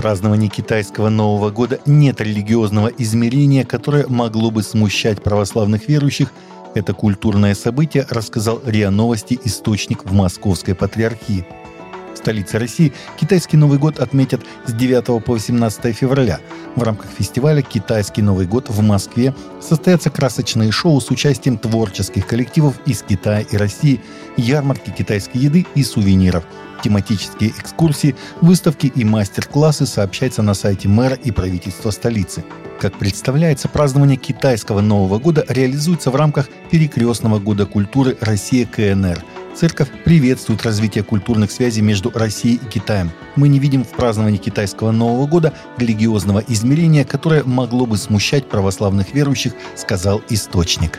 праздновании китайского Нового года нет религиозного измерения, которое могло бы смущать православных верующих. Это культурное событие, рассказал РИА Новости источник в Московской Патриархии. В столице России китайский Новый год отметят с 9 по 18 февраля. В рамках фестиваля «Китайский Новый год» в Москве состоятся красочные шоу с участием творческих коллективов из Китая и России, ярмарки китайской еды и сувениров, тематические экскурсии, выставки и мастер-классы, сообщается на сайте мэра и правительства столицы. Как представляется, празднование китайского Нового года реализуется в рамках Перекрестного года культуры Россия-КНР. Церковь приветствует развитие культурных связей между Россией и Китаем. Мы не видим в праздновании китайского Нового года религиозного измерения, которое могло бы смущать православных верующих, сказал источник.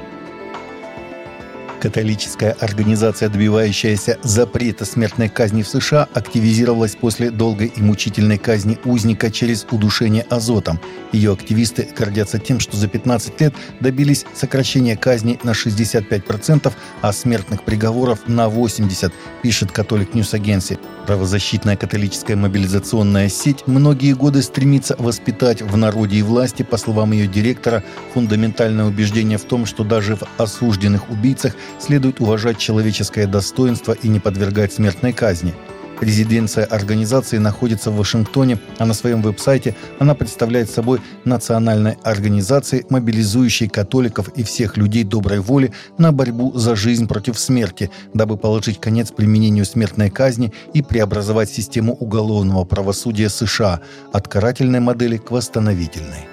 Католическая организация, добивающаяся запрета смертной казни в США, активизировалась после долгой и мучительной казни узника через удушение азотом. Ее активисты гордятся тем, что за 15 лет добились сокращения казни на 65%, а смертных приговоров на 80%, пишет Catholic News Agency. Правозащитная католическая мобилизационная сеть многие годы стремится воспитать в народе и власти, по словам ее директора, фундаментальное убеждение в том, что даже в осужденных убийцах следует уважать человеческое достоинство и не подвергать смертной казни. Резиденция организации находится в Вашингтоне, а на своем веб-сайте она представляет собой национальной организацией, мобилизующей католиков и всех людей доброй воли на борьбу за жизнь против смерти, дабы положить конец применению смертной казни и преобразовать систему уголовного правосудия США от карательной модели к восстановительной.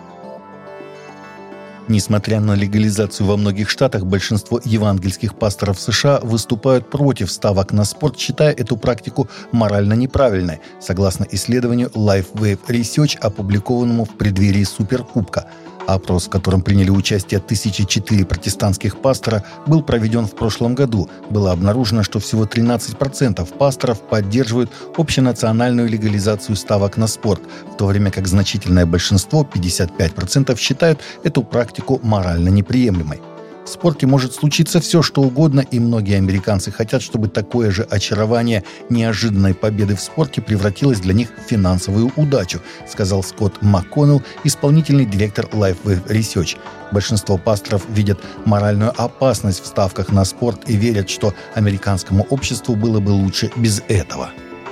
Несмотря на легализацию во многих штатах, большинство евангельских пасторов США выступают против ставок на спорт, считая эту практику морально неправильной, согласно исследованию LifeWave Research, опубликованному в преддверии Суперкубка. Опрос, в котором приняли участие 1004 протестантских пастора, был проведен в прошлом году. Было обнаружено, что всего 13% пасторов поддерживают общенациональную легализацию ставок на спорт, в то время как значительное большинство, 55%, считают эту практику морально неприемлемой. В спорте может случиться все, что угодно, и многие американцы хотят, чтобы такое же очарование неожиданной победы в спорте превратилось для них в финансовую удачу, сказал Скотт МакКоннелл, исполнительный директор LifeWave Research. Большинство пасторов видят моральную опасность в ставках на спорт и верят, что американскому обществу было бы лучше без этого.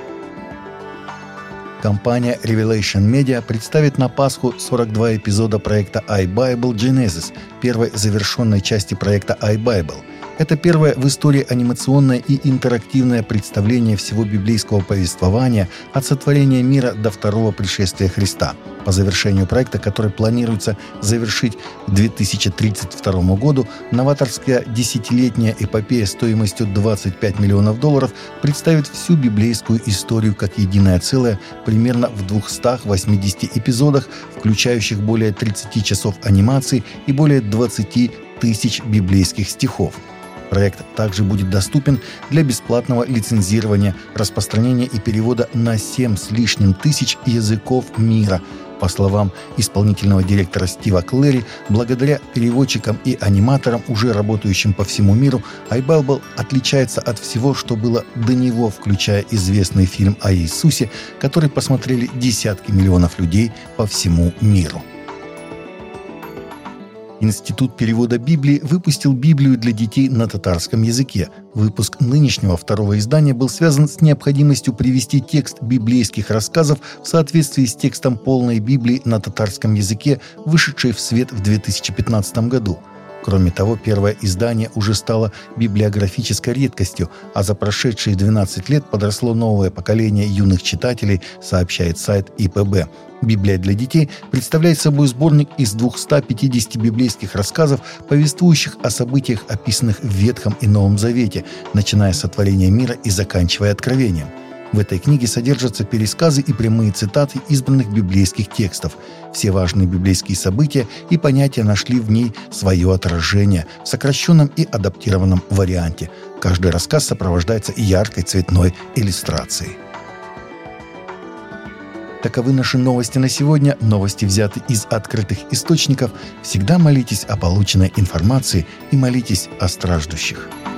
Компания Revelation Media представит на Пасху 42 эпизода проекта iBible Genesis, первой завершенной части проекта iBible. Это первое в истории анимационное и интерактивное представление всего библейского повествования от сотворения мира до второго пришествия Христа. По завершению проекта, который планируется завершить к 2032 году, новаторская десятилетняя эпопея стоимостью $25 миллионов представит всю библейскую историю как единое целое примерно в 280 эпизодах, включающих более 30 часов анимации и более 20 тысяч библейских стихов. Проект также будет доступен для бесплатного лицензирования, распространения и перевода на 7 с лишним тысяч языков мира. По словам исполнительного директора Стива Клэри, благодаря переводчикам и аниматорам, уже работающим по всему миру, iBible отличается от всего, что было до него, включая известный фильм о Иисусе, который посмотрели десятки миллионов людей по всему миру. Институт перевода Библии выпустил Библию для детей на татарском языке. Выпуск нынешнего второго издания был связан с необходимостью привести текст библейских рассказов в соответствии с текстом полной Библии на татарском языке, вышедшей в свет в 2015 году. Кроме того, первое издание уже стало библиографической редкостью, а за прошедшие 12 лет подросло новое поколение юных читателей, сообщает сайт ИПБ. Библия для детей представляет собой сборник из 250 библейских рассказов, повествующих о событиях, описанных в Ветхом и Новом Завете, начиная с сотворения мира и заканчивая Откровением. В этой книге содержатся пересказы и прямые цитаты избранных библейских текстов. Все важные библейские события и понятия нашли в ней свое отражение в сокращенном и адаптированном варианте. Каждый рассказ сопровождается яркой цветной иллюстрацией. Таковы наши новости на сегодня. Новости взяты из открытых источников. Всегда молитесь о полученной информации и молитесь о страждущих.